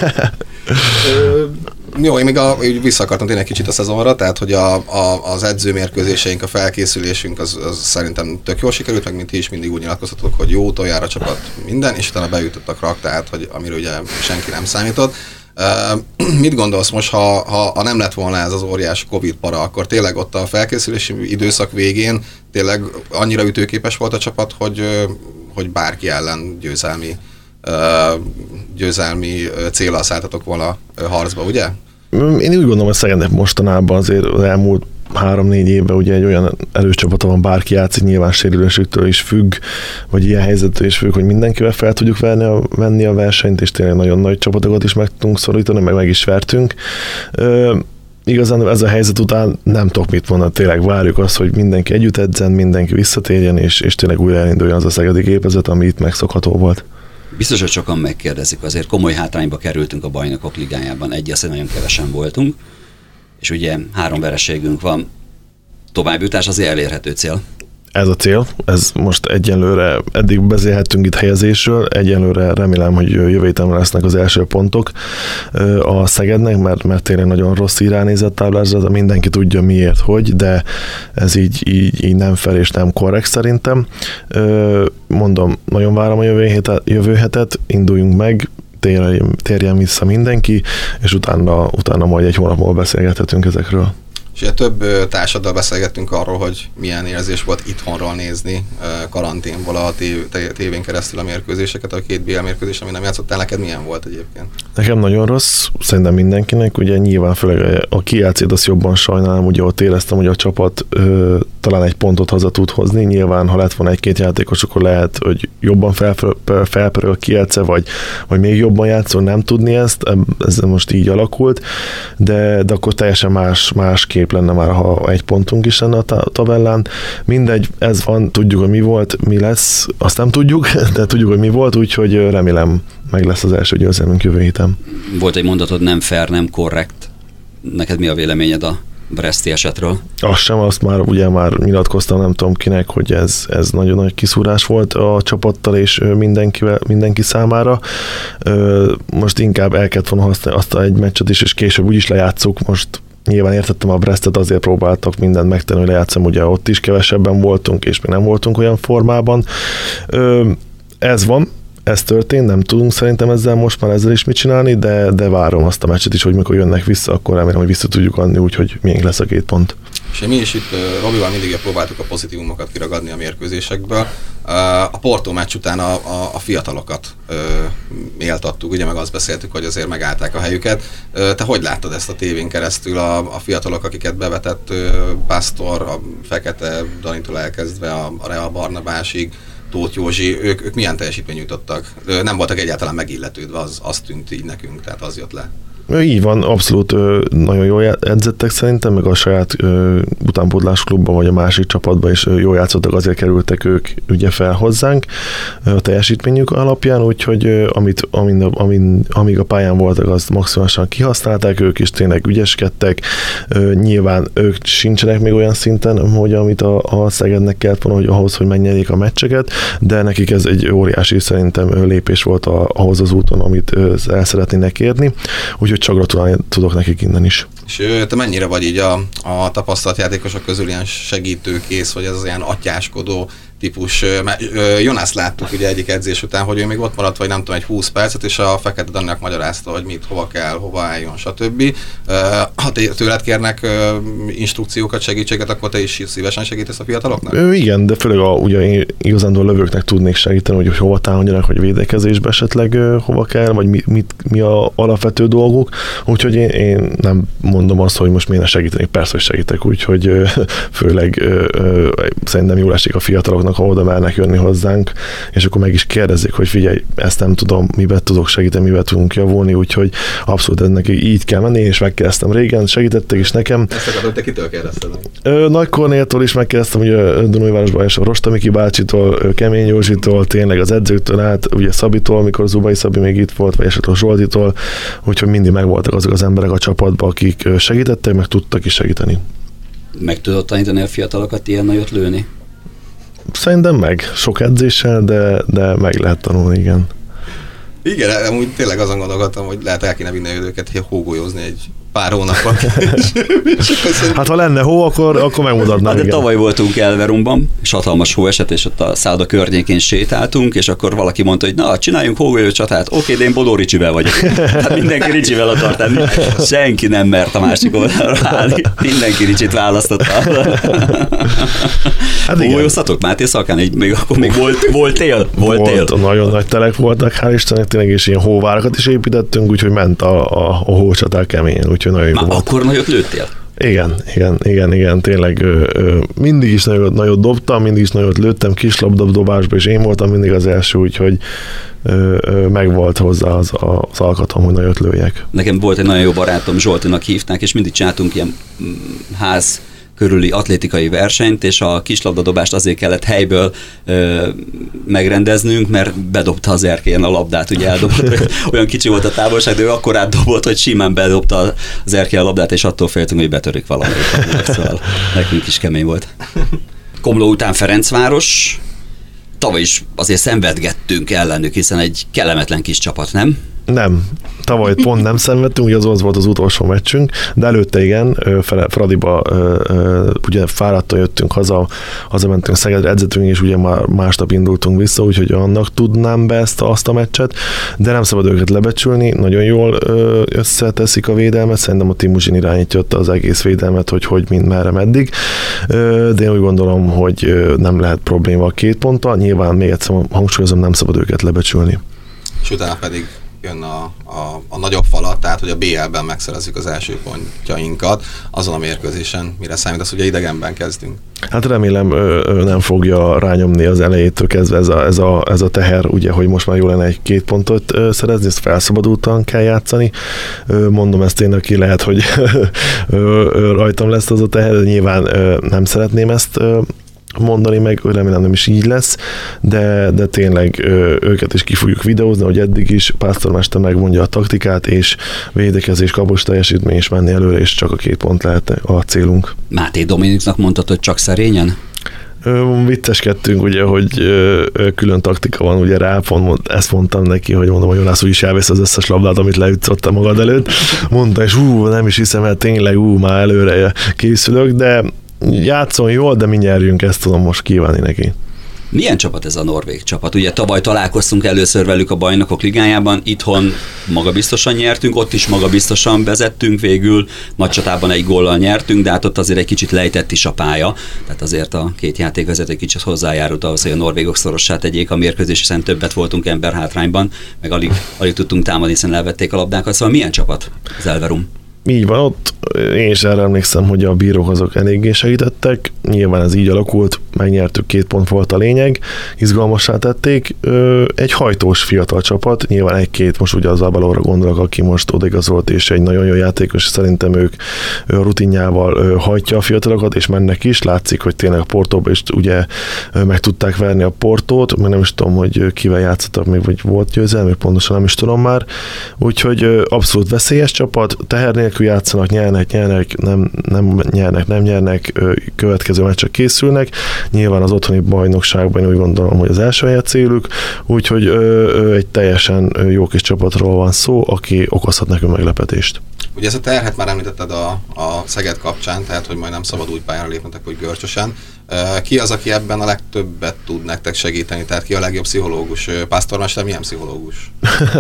Ö, jó, én még a, vissza akartam tényleg kicsit a szezonra, tehát hogy a, a, az edzőmérkőzéseink, a felkészülésünk az, az szerintem tök jól sikerült, meg mint ti is mindig úgy nyilatkoztatok, hogy jó utoljára csapat minden, és utána beütöttek rak, tehát hogy amiről ugye senki nem számított. Uh, mit gondolsz most, ha, ha, ha nem lett volna ez az óriási Covid para, akkor tényleg ott a felkészülési időszak végén tényleg annyira ütőképes volt a csapat, hogy, hogy bárki ellen győzelmi Uh, győzelmi céllal szálltatok volna harcba, ugye? Én úgy gondolom, hogy Szegednek mostanában azért az elmúlt három-négy évben ugye egy olyan erős csapata van, bárki játszik, nyilván sérülésüktől is függ, vagy ilyen helyzettől is függ, hogy mindenkivel fel tudjuk venni a, venni a versenyt, és tényleg nagyon nagy csapatokat is meg tudunk szorítani, meg meg is vertünk. Uh, Igazán ez a helyzet után nem tudok mit mondani, tényleg várjuk azt, hogy mindenki együtt edzen, mindenki visszatérjen, és, és tényleg újra elinduljon az a szegedi gépezet, ami itt megszokható volt. Biztos, hogy sokan megkérdezik, azért komoly hátrányba kerültünk a Bajnokok Ligájában, egy azt nagyon kevesen voltunk, és ugye három vereségünk van, továbbjutás azért elérhető cél. Ez a cél, ez most egyenlőre, eddig beszélhettünk itt helyezésről, egyenlőre remélem, hogy jövő héten lesznek az első pontok a Szegednek, mert, mert tényleg nagyon rossz iránynézett táblázat, de mindenki tudja miért, hogy, de ez így, így, így nem fel és nem korrekt szerintem. Mondom, nagyon várom a jövő hetet, jövő hetet induljunk meg, térjen, térjen vissza mindenki, és utána, utána majd egy hónap múlva beszélgethetünk ezekről. És ugye több társaddal beszélgettünk arról, hogy milyen érzés volt itthonról nézni karanténból a tévén keresztül a mérkőzéseket, a két bé el mérkőzés, ami nem játszottál, neked milyen volt egyébként? Nekem nagyon rossz, szerintem mindenkinek, ugye nyilván főleg a kijátszét azt jobban sajnálom, ugye ott éreztem, hogy a csapat ö, talán egy pontot haza tud hozni, nyilván ha lett volna egy-két játékos, akkor lehet, hogy jobban felpörög a kijátsze, vagy, vagy még jobban játszol, nem tudni ezt, ez most így alakult, de, de akkor teljesen más, más kép lenne már, ha egy pontunk is lenne a tabellán. Mindegy, ez van, tudjuk, hogy mi volt, mi lesz, azt nem tudjuk, de tudjuk, hogy mi volt, úgyhogy remélem meg lesz az első győzelmünk jövő héten. Volt egy mondatod, nem fair, nem korrekt. Neked mi a véleményed a breszti esetről? Azt sem, azt már ugye már nyilatkoztam, nem tudom kinek, hogy ez, ez nagyon nagy kiszúrás volt a csapattal és mindenkivel, mindenki számára. Most inkább el kellett volna használni azt egy meccset is, és később úgyis lejátszuk. Most nyilván értettem a Brestet, azért próbáltak mindent megtenni, hogy lejátszom, ugye ott is kevesebben voltunk, és még nem voltunk olyan formában. Ez van, ez történt, nem tudunk szerintem ezzel most már ezzel is mit csinálni, de, de várom azt a meccset is, hogy mikor jönnek vissza, akkor remélem, hogy vissza tudjuk adni, úgyhogy miénk lesz a két pont. És mi is itt Robival mindig próbáltuk a pozitívumokat kiragadni a mérkőzésekből. A Porto meccs után a, a, a fiatalokat méltattuk, ugye meg azt beszéltük, hogy azért megállták a helyüket. Te hogy láttad ezt a tévén keresztül, a, a fiatalok, akiket bevetett Pásztor, a Fekete Danitól elkezdve a, a Real Barnabásig, Tóth Józsi, ők, ők milyen teljesítményt nyújtottak? Nem voltak egyáltalán megilletődve, az, az tűnt így nekünk, tehát az jött le. Így van, abszolút nagyon jól edzettek szerintem, meg a saját utánpótlás klubban, vagy a másik csapatban is jól játszottak, azért kerültek ők ugye fel hozzánk a teljesítményük alapján, úgyhogy amit, amin, amin, amíg a pályán voltak, azt maximálisan kihasználták, ők is tényleg ügyeskedtek. Nyilván ők sincsenek még olyan szinten, hogy amit a, a Szegednek kellett volna, hogy ahhoz, hogy megnyerjék a meccseket, de nekik ez egy óriási szerintem lépés volt a, ahhoz az úton, amit el szeretnének érni. Úgyhogy csak gratulálni tudok nekik innen is. És te mennyire vagy így a, a tapasztalt játékosok közül ilyen segítőkész, vagy ez az ilyen atyáskodó típus? Jonász láttuk ugye egyik edzés után, hogy ő még ott maradt, vagy nem tudom, egy húsz percet, és a Fekete Daninak magyarázta, hogy mit, hova kell, hova álljon, stb. Ha tőled kérnek instrukciókat, segítséget, akkor te is szívesen segítesz a fiataloknak? Ő, igen, de főleg a, ugye én igazán a lövőknek tudnék segíteni, hogy, hogy hova támadjanak, hogy védekezésbe esetleg hova kell, vagy mi, mit, mi a alapvető dolguk. Úgyhogy én, én nem mondom azt, hogy most miért ne segítenék, persze, hogy segítek, úgyhogy főleg szerintem jól esik a fiataloknak, ha oda mernek jönni hozzánk, és akkor meg is kérdezik, hogy figyelj, ezt nem tudom, miben tudok segíteni, miben tudunk javulni, úgyhogy abszolút ennek így kell menni, és megkérdeztem régen, segítettek is nekem. Ezt akarod, hogy te kitől kérdezted? Nagy Kornéltól is megkérdeztem, ugye Dunajvárosban és a Rostamiki bácsitól, Kemény Józsitól, tényleg az edzőktől át, ugye Szabitól, amikor Zubai Szabi még itt volt, vagy esetleg Zsoltitól, úgyhogy mindig megvoltak azok az emberek a csapatban, akik segítettek, meg tudtak is segíteni. Meg tudod tanítani a fiatalokat ilyen nagyot lőni? Szerintem meg. Sok edzéssel, de, de meg lehet tanulni, igen. Igen, amúgy tényleg azon gondolkodtam, hogy lehet el kéne vinni őket hógolyozni egy pár hónapban. Hát ha lenne hó, akkor, akkor megmutatnám. Hát de igen. tavaly voltunk Elverumban, és hatalmas hó esett, és ott a szálloda környékén sétáltunk, és akkor valaki mondta, hogy na, csináljunk hógolyó csatát. Oké, de én Bodó Ricsivel vagyok. Hát mindenki Ricsivel akart tenni. Senki nem mert a másik oldalra állni. Mindenki Ricsit választotta. Hát hógolyóztatok, Máté Szalkán, így még akkor még volt, volt tél? Volt tél. Volt, nagyon nagy telek voltak, hál' Istennek, tényleg, és ilyen hóvárakat is építettünk, úgyhogy ment a, a, a hócsaták keményen, úgyhogy nagyon jó volt. Akkor nagyot lőttél? Igen, igen, igen, igen, tényleg ö, ö, mindig is nagyot, nagyot dobtam, mindig is nagyot lőttem, kislabdabdobásba, és én voltam mindig az első, úgyhogy ö, ö, megvolt hozzá az, az alkatom, hogy nagyot lőjek. Nekem volt egy nagyon jó barátom, Zsoltinak hívták, és mindig csináltunk ilyen ház körüli atlétikai versenyt, és a kislabdadobást azért kellett helyből ö, megrendeznünk, mert bedobta az erkélyen a labdát, ugye eldobott, olyan kicsi volt a távolság, de ő akkor átdobott, hogy simán bedobta az erkélyen a labdát, és attól féltünk, hogy betörik valamit. Szóval nekünk is kemény volt. Komló után Ferencváros, tavaly is azért szenvedgettünk ellenük, hiszen egy kellemetlen kis csapat, nem? Nem. Tavaly pont nem szenvedtünk, ugye az, az volt az utolsó meccsünk, de előtte igen, Fradiba ugye fáradtan jöttünk haza, hazamentünk Szegedre, edzettünk, és ugye már másnap indultunk vissza, úgyhogy annak tudnám be ezt, azt a meccset, de nem szabad őket lebecsülni, nagyon jól összeteszik a védelmet, szerintem a Timuzsin irányítja az egész védelmet, hogy hogy mind merre meddig, de én úgy gondolom, hogy nem lehet probléma a két ponttal, nyilván még egyszer hangsúlyozom, nem szabad őket lebecsülni. És utána pedig jön a, a, a nagyobb falat, tehát hogy a bé el-ben megszerezzük az első pontjainkat azon a mérkőzésen, mire számítasz, ugye idegenben kezdünk. Hát remélem ö, ö, nem fogja rányomni az elejétől kezdve ez a, ez a, ez a teher, ugye, hogy most már jó lenne egy-két pontot ö, szerezni, ezt felszabadultan kell játszani. Ö, mondom ezt én, aki lehet, hogy ö, ö, rajtam lesz az a teher, de nyilván ö, nem szeretném ezt ö, mondani meg, remélem nem is így lesz, de, de tényleg ö, őket is ki fogjuk videózni, hogy eddig is Pásztormester megmondja a taktikát, és védekezés, kapos teljesítmény is menni előre, és csak a két pont lehet a célunk. Máté Dominiknak mondtad, hogy csak szerényen? Ö, vicceskedtünk, ugye, hogy ö, ö, külön taktika van, ugye rá, pont ezt mondtam neki, hogy mondom, hogy Jonász úgyis elvesz az összes labdát, amit leütszottam magad előtt. Mondta, és ú, nem is hiszem, mert tényleg ú, már előre készülök, de játszon jól, de mi nyerjünk, ezt tudom most kívánni neki. Milyen csapat ez a norvég csapat? Ugye tavaly találkoztunk először velük a Bajnokok Ligájában, itthon magabiztosan nyertünk, ott is magabiztosan vezettünk végül, nagy csatában egy góllal nyertünk, de hát ott azért egy kicsit lejtett is a pálya, tehát azért a két játékvezető kicsit hozzájárult ahhoz, hogy a norvégok szorossá tegyék a mérkőzés, hiszen többet voltunk ember hátrányban, meg alig, alig tudtunk támadni, hiszen elvették a labdákat. Szóval milyen csapat az Elverum? így van, ott én is erre emlékszem, hogy a bírók azok eléggé segítettek, nyilván ez így alakult, megnyertük, két pont volt a lényeg, izgalmassá tették, egy hajtós fiatal csapat, nyilván egy-két, most ugye az Abelóra gondolok, aki most odaigazolt, és egy nagyon jó játékos, szerintem ők rutinjával hajtja a fiatalokat, és mennek is, látszik, hogy tényleg a Portóban is ugye meg tudták verni a Portót, mert nem is tudom, hogy kivel játszottak még, vagy volt győzelmük, pontosan nem is tudom már, úgyhogy abszolút veszélyes csapat, teher nélkül játszanak, nyernek, nyernek, nem, nem nyernek, nem nyernek, következő meccsek készülnek. Nyilván az otthoni bajnokságban úgy gondolom, hogy az első helyet célük, úgyhogy egy teljesen jó kis csapatról van szó, aki okozhat nekünk meglepetést. Ugye ezt a terhet már említetted a, a Szeged kapcsán, tehát hogy majd nem szabad úgy pályára lépnetek, hogy görcsösen. Ki az, aki ebben a legtöbbet tud nektek segíteni? Tehát ki a legjobb pszichológus? Pásztormester milyen pszichológus?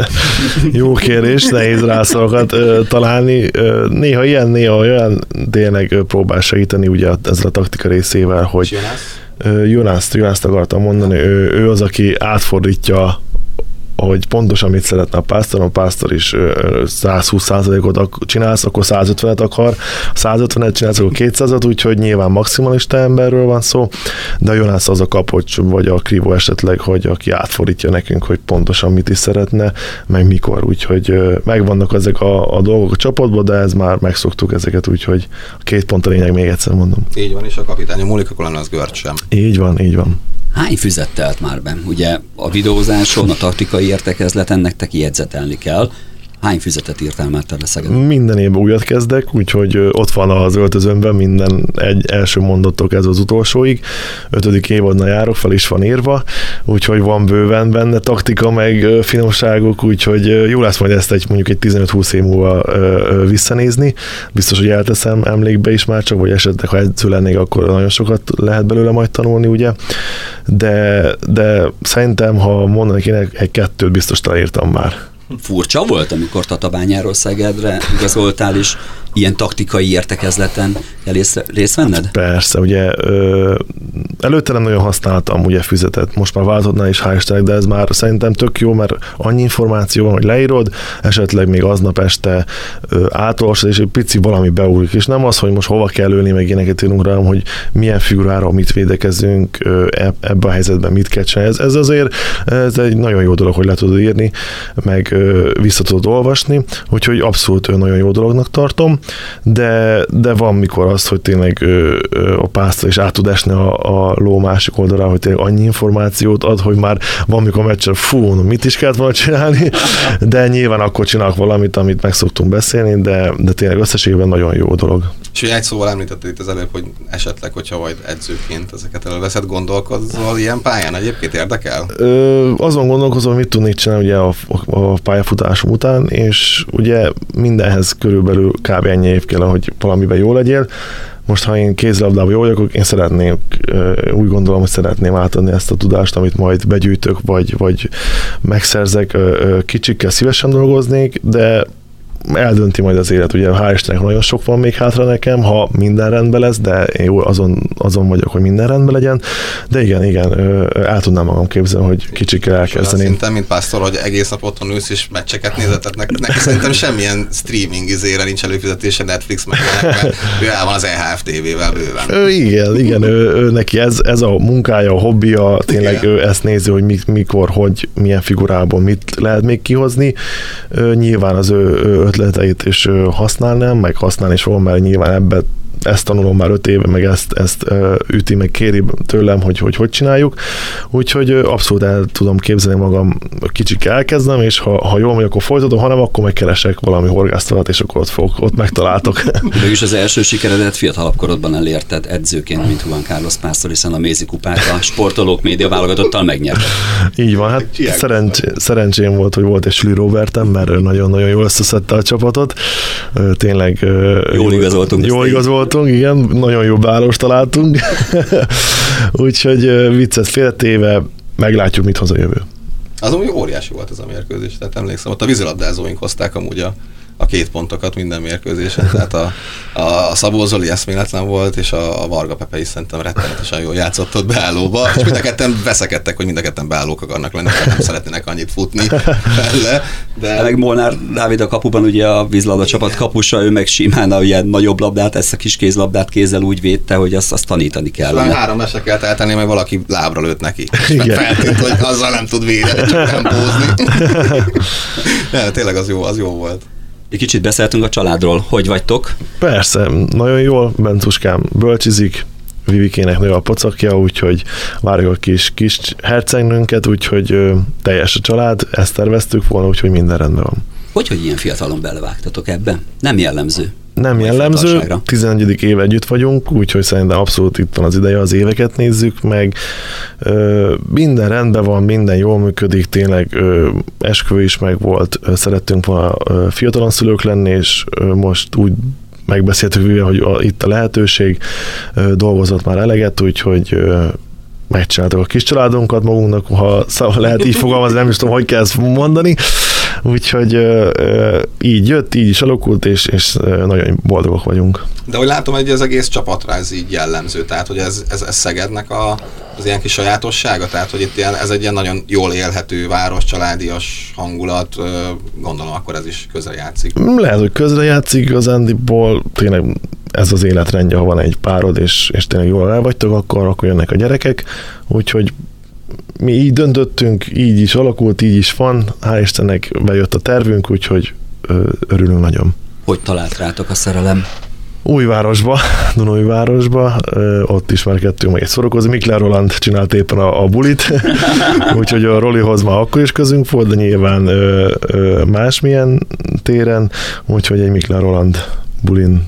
Jó kérdés, nehéz rászavakat találni. Néha ilyen, néha olyan, tényleg próbál segíteni ugye ezzel a taktika részével, hogy Jonászt, Jonászt akartam mondani, ő, ő az, aki átfordítja, hogy pontosan mit szeretne a Pásztor, a Pásztor is száz húsz százalékot csinálsz, akkor száz ötvenet akar, száz ötvenet csinálsz, akkor kétszázat, úgyhogy nyilván maximalista emberről van szó, de a Jonász az a kapocs, vagy a Krivó esetleg, hogy aki átfordítja nekünk, hogy pontosan mit is szeretne, meg mikor, úgyhogy megvannak ezek a, a dolgok a csapatban, de ez már megszoktuk ezeket, úgyhogy a két pont a lényeg, még egyszer mondom. Így van, és a kapitány múlik, akkor lenne az görcs sem. Így van, így van. Hány füzet telt már be? Ugye a videózáson, a taktikai értekezleten nektek jegyzetelni kell. Hány füzetet írtál már te le Szegeden? Minden évben újat kezdek, úgyhogy ott van az öltözőmben minden egy első mondattól kezdve az utolsóig. Ötödik évadnál járok, fel is van írva, úgyhogy van bőven benne taktika, meg finomságok, úgyhogy jó lesz majd ezt egy mondjuk egy tizenöt-húsz év múlva visszanézni. Biztos, hogy elteszem emlékbe is már csak, vagy esetleg ha edző lennék, akkor nagyon sokat lehet belőle majd tanulni, ugye. De, de szerintem, ha mondanak én egy kettőt biztos találírtam már. Furcsa volt, amikor Tatabányáról Szegedre igazoltál, és ilyen taktikai értekezleten kell részt venned? Persze, ugye ö, előtte nem nagyon használtam ugye füzetet, most már váltottnál is hál' Istennek, de ez már szerintem tök jó, mert annyi információ van, hogy leírod, esetleg még aznap este átolvasod, és egy pici valami beúlik, és nem az, hogy most hova kell ülni, meg ilyeneket írunk rá, hogy milyen figurára mit védekezünk, ebben a helyzetben mit kell csinálni. Ez, ez azért ez egy nagyon jó dolog, hogy le tudod írni, meg vissza tudod olvasni, úgyhogy abszolút nagyon jó dolognak tartom, de, de van mikor az, hogy tényleg a Pásztor is át tud esni a, a ló másik oldalára, hogy tényleg annyi információt ad, hogy már van mikor meccsen, fú, no, mit is kellett volna csinálni, de nyilván akkor csinálok valamit, amit meg szoktunk beszélni, de, de tényleg összességében nagyon jó dolog. És ugye egy szóval említetted itt az előbb, hogy esetleg, hogyha majd edzőként ezeket előveszed, gondolkozol ilyen pályán, egyébként érdekel? Ö, azon gondolkozom, mit tudnék csinálni ugye a, a pályafutásom után, és ugye mindenhez körülbelül kb. Ennyi év kell, hogy valamiben jó legyél. Most, ha én kézilabdában jó vagyok, én szeretném, úgy gondolom, hogy szeretném átadni ezt a tudást, amit majd begyűjtök, vagy, vagy megszerzek, kicsikkel szívesen dolgoznék, de eldönti majd az élet, ugye hál' Istennek nagyon sok van még hátra nekem, ha minden rendben lesz, de én jó, azon, azon vagyok, hogy minden rendben legyen, de igen, igen, el tudnám magam képzelni, hogy kicsikkel elkezdeném. Szinten, mint Pásztor, hogy egész nap otthon ülsz és meccseket nézeted, neki szerintem semmilyen streaming izére nincs előfizetése, Netflix meg, mert ő el van az E H F té vével bőven. Ő, igen, igen, ő, ő, neki ez, ez a munkája, a hobbija, tényleg igen. Ő ezt nézi, hogy mikor, hogy, milyen figurából mit lehet még kihozni. Ő, nyilván az ő, ő ötleteit is használnám, meg használni is fogom, mert nyilván ebben ezt tanulom már öt éve, meg ezt, ezt üti, meg kéri tőlem, hogy, hogy hogy csináljuk. Úgyhogy abszolút el tudom képzelni magam, kicsit elkezdem, és ha, ha jól megy, akkor folytatom, ha nem, akkor megkeresek valami horgásztalat, és akkor ott, fog, ott megtaláltok. Mégis az első sikeredet fiatalabb korodban elérted edzőként, mint Juan Carlos Pásztor, hiszen a Mézi kupát a sportolók média válogatottal megnyerte. Így van, hát szerencs, szerencsém volt, hogy volt egy Süli Robertem, mert nagyon-nagyon jól összeszedte a csapatot. Tényleg jól igazoltunk. Jól igazoltunk. Igen, nagyon jó báros találtunk. Úgyhogy viccet félretéve meglátjuk, mit hoz a jövő. Az amúgy óriási volt ez a mérkőzés, tehát emlékszem, ott a vízilabdázóink hozták amúgy a, a két pontokat minden mérkőzésen. Tehát a, a Szabó Zoli eszméletlen volt, és a, a Varga Pepe is szerintem rettenetesen jól játszott ott beállóba, és mind a ketten veszekedtek, hogy mind a ketten beállók akarnak lenni, tehát nem szeretnének annyit futni felle. De... Meg Molnár Dávid a kapuban, ugye a vízlabda csapat kapusa, ő meg simán a ilyen nagyobb labdát, ezt a kis kézlabdát kézzel úgy védte, hogy azt, azt tanítani kell. Szóval három mese kell eltenni, mert valaki lábra lőtt neki. Feltűnt, hogy azzal nem tud védeni, csak nem pózni. Ja, tényleg az jó, az jó volt. Egy kicsit beszéltünk a családról. Hogy vagytok? Persze, nagyon jól. Bencuskám bölcsizik, Vivikének nő a pocakja, úgyhogy várjuk a kis, kis hercegnőnket, úgyhogy ö, teljes a család, ezt terveztük volna, úgyhogy minden rendben van. Hogy, hogy ilyen fiatalon belevágtatok ebbe? Nem jellemző. Nem jellemző, tizenegyedik év együtt vagyunk, úgyhogy szerintem abszolút itt van az ideje, az éveket nézzük meg. Ö, minden rendben van, minden jól működik, tényleg ö, esküvő is meg volt, ö, szerettünk volna ö, fiatalon szülők lenni, és ö, most úgy megbeszéltük, hogy a, itt a lehetőség, ö, dolgozott már eleget, úgyhogy ö, megcsináltuk a kis családunkat magunknak, ha lehet így fogalmazni, nem is tudom, hogy kell ezt mondani. Úgyhogy ö, így jött, így is alakult, és, és nagyon boldogok vagyunk. De hogy látom, hogy az egész csapatra ez így jellemző, tehát hogy ez, ez, ez Szegednek a, az ilyen kis sajátossága, tehát hogy itt ilyen, ez egy ilyen nagyon jól élhető város, családias hangulat, gondolom akkor ez is közrejátszik. Lehet, hogy közrejátszik, igazándiból tényleg ez az életrendje, ha van egy párod, és, és tényleg jól el vagytok, akkor, akkor jönnek a gyerekek, úgyhogy mi így döntöttünk, így is alakult, így is van, hál' Istennek bejött a tervünk, úgyhogy ö, örülünk nagyon. Hogy talált rátok a szerelem? Újvárosba, Dunaújvárosba, ö, ott ismerkedtünk meg egy szórakozni. Mikler Roland csinált éppen a, a bulit, úgyhogy a Rolihoz már akkor is közünk volt, de nyilván ö, ö, másmilyen téren, úgyhogy egy Mikler Roland bulin.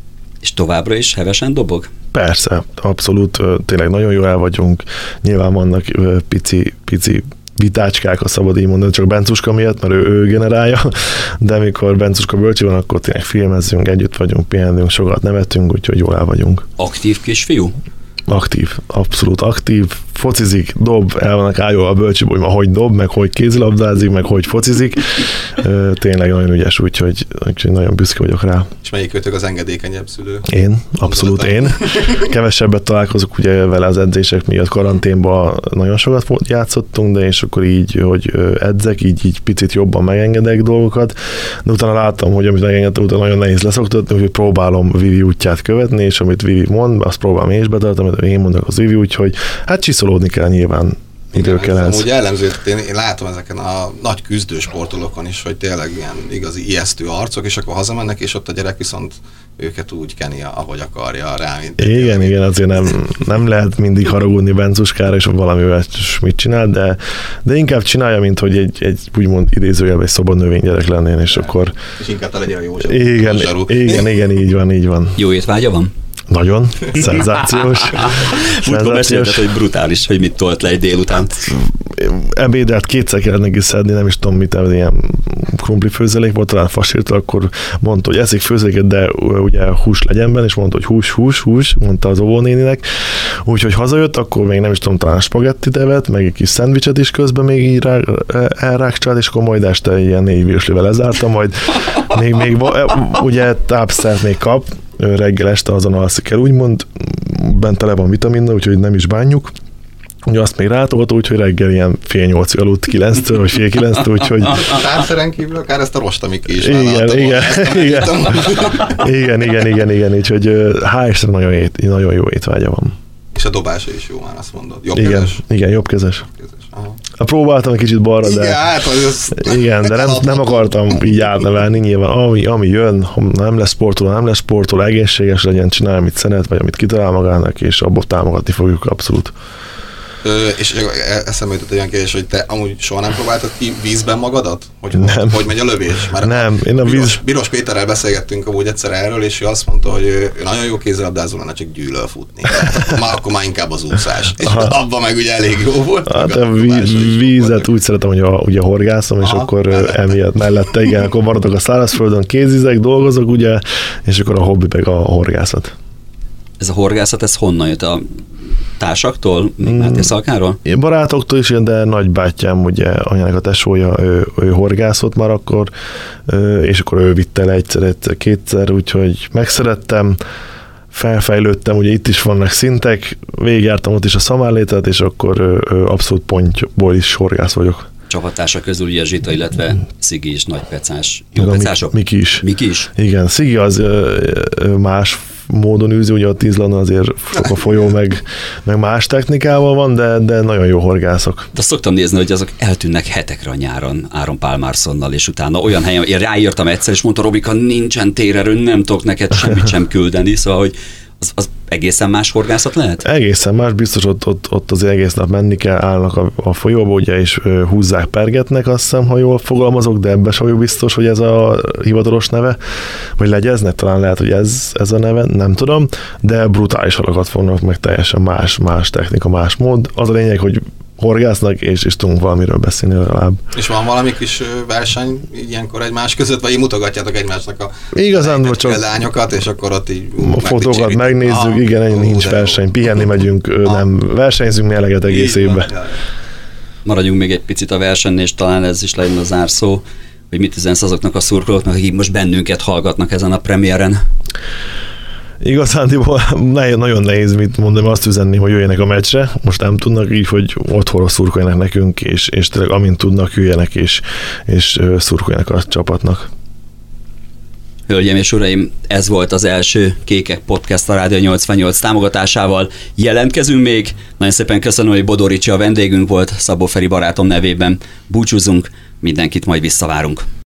És továbbra is hevesen dobog? Persze, abszolút, tényleg nagyon jól el vagyunk. Nyilván vannak pici, pici vitácskák, ha szabad így mondani, csak Bencuska miatt, mert ő, ő generálja, de amikor Bencuska bölcsi van, akkor tényleg filmezzünk, együtt vagyunk, pihenünk, sokat nevetünk, úgyhogy jól el vagyunk. Aktív kisfiú? Aktív, abszolút aktív, focizik, dob, el vannak állva a bölcsiból, hogy ma hogy dob, meg hogy kézilabdázik, meg hogy focizik. Tényleg nagyon ügyes, úgyhogy, úgyhogy nagyon büszke vagyok rá. És melyik kötök az engedékenyebb szülő? Én, abszolút én. Kevesebbet találkozok ugye vele az edzések miatt, karanténban nagyon sokat játszottunk, de és akkor így, hogy edzek, így, így picit jobban megengedek dolgokat, de utána láttam, hogy amit megengedtem, utána nagyon nehéz leszoktatni, úgyhogy próbálom Vivi útját követni, és amit Vivi mond, azt próbálom én is betartani, amit én mondok az Vivi, úgyhogy hát csiszolódni kell nyilván. Idő kell ez. Úgy jellemző, én, én látom ezeken a nagy küzdő sportolókon is, hogy tényleg ilyen igazi ijesztő arcok, és akkor hazamennek, és ott a gyerek viszont őket úgy keni, ahogy akarja rá, mint igen, igen, azért nem, nem lehet mindig haragudni Bencuskára, és valamivel mit csinál, de, de inkább csinálja, mint hogy egy, egy úgymond idézőjelben egy szabad növénygyerek lennél, és akkor... És inkább te legyen a jó zsaru. Igen, igen, igen, így van, így van. Jó étvágya van? Nagyon, szenzációs. Múltkor mesélted, hogy brutális, hogy mit tolt le egy délután. Ebédelt kétszer kellett neki szedni, nem is tudom mit, ilyen krumpli főzelék volt, talán fasírtól, akkor mondta, hogy eszik főzeléket, de ugye hús legyen benne, és mondta, hogy hús, hús, hús, mondta az óvónéninek. Úgyhogy hazajött, akkor még nem is tudom, talán spagettit evett, meg egy kis szendvicset is közben még így rá, elrákcsált, és akkor majd este ilyen négy virslivel lezártam, majd még, még ugye tápszert még kap, reggel este azon alszik el, úgymond, bent tele van vitaminnal, úgyhogy nem is bánjuk. Ugye azt még rátolta, úgyhogy reggel ilyen fél nyolcig aludt kilenctől, vagy fél kilenctől, úgyhogy... Társzeren kívül akár ezt a rostamiki is igen, igen, igen, igen, igen, igen, igen, úgyhogy hál' Isten nagyon, ét, nagyon jó étvágya van. És a dobása is jó, már azt mondod. Igen, jobbkezes? Igen, jobbkezes. Próbáltam egy kicsit balra, de, igen, hát, az igen, de nem, nem akartam így átnevelni, nyilván ami, ami jön, ha nem lesz sportoló, nem lesz sportoló, egészséges legyen, csinálja, amit szeret, vagy amit kitalál magának, és abból támogatni fogjuk abszolút. Ö, és eszembe jutott egy olyan kérdés, hogy te amúgy soha nem próbáltad ki vízben magadat? Hogy, nem. Hogy megy a lövés? Mert nem, én a víz... Biros, Biros Péterrel beszélgettünk amúgy egyszer erről, és ő azt mondta, hogy ő nagyon jó kézilabdázó lenne, csak gyűlöl futni. Már akkor már inkább az úszás. És abban meg ugye elég jó volt. Hát a ví- vízet úgy szeretem, hogy a, ugye horgászom, és aha, akkor mellette. emiatt mellette, igen, akkor maradok a szárazföldön, kézizek, dolgozok, ugye, és akkor a hobbi meg a horgászat. Ez a horgászat, ez honnan jött? A társaktól? Még mm. Máté Szalkáról? Én barátoktól is, de nagybátyám, ugye anyának a tesója, ő, ő horgászott már akkor, és akkor ő vitte le egyszer, egyszer, kétszer, úgyhogy megszerettem, felfejlődtem, ugye itt is vannak szintek, végigjártam ott is a szamárlétet, és akkor abszolút pontból is horgász vagyok. Csapattársa közül ugye Zsita, illetve Szigi is nagy pecás. Jó pecások? Miki is. Miki is? Igen, Szigi az ö, ö, más módon űzi, ugye ott Izlandon azért sok a folyó, meg, meg más technikával van, de, de nagyon jó horgászok. De azt szoktam nézni, hogy azok eltűnnek hetekre a nyáron Áron Pálmárszonnal, és utána olyan helyen, én ráírtam egyszer, és mondta Robika, nincsen térerő, nem tudok neked semmit sem küldeni, szóval, hogy az, az egészen más horgászat lehet? Egészen más, biztos ott, ott, ott az egész nap menni kell, állnak a, a folyóba, ugye, és ö, húzzák, pergetnek, azt hiszem, ha jól fogalmazok, de ebben sem vagyok biztos, hogy ez a hivatalos neve, vagy legyeznek, talán lehet, hogy ez, ez a neve, nem tudom, de brutális halakat fognak, meg teljesen más, más technika, más mód. Az a lényeg, hogy horgásznak, és, és tudunk valamiről beszélni legalább. És van valami kis verseny ilyenkor egymás között, vagy így mutogatjátok egymásnak a igazán csak lányokat, és akkor ott így a fotókat megnézzük, ah, igen, ennyi nincs verseny, pihenni megyünk, ah. nem versenyzünk mi eleget egész évben. Maradjunk még egy picit a versenynél, és talán ez is legyen a zárszó, hogy mit üzensz azoknak a szurkolóknak, akik most bennünket hallgatnak ezen a premiéren. Igazándiból nagyon nehéz mit mondani, azt üzenni, hogy jöjjenek a meccsre. Most nem tudnak így, hogy otthonról szurkoljanak nekünk, és, és tényleg amint tudnak, jöjjenek és, és szurkoljanak a csapatnak. Hölgyeim és uraim, ez volt az első Kékek Podcast a Rádió nyolcvannyolc támogatásával. Jelentkezünk még. Nagyon szépen köszönöm, hogy Bodó Ricsi a vendégünk volt, Szabó Feri barátom nevében. Búcsúzunk, mindenkit majd visszavárunk.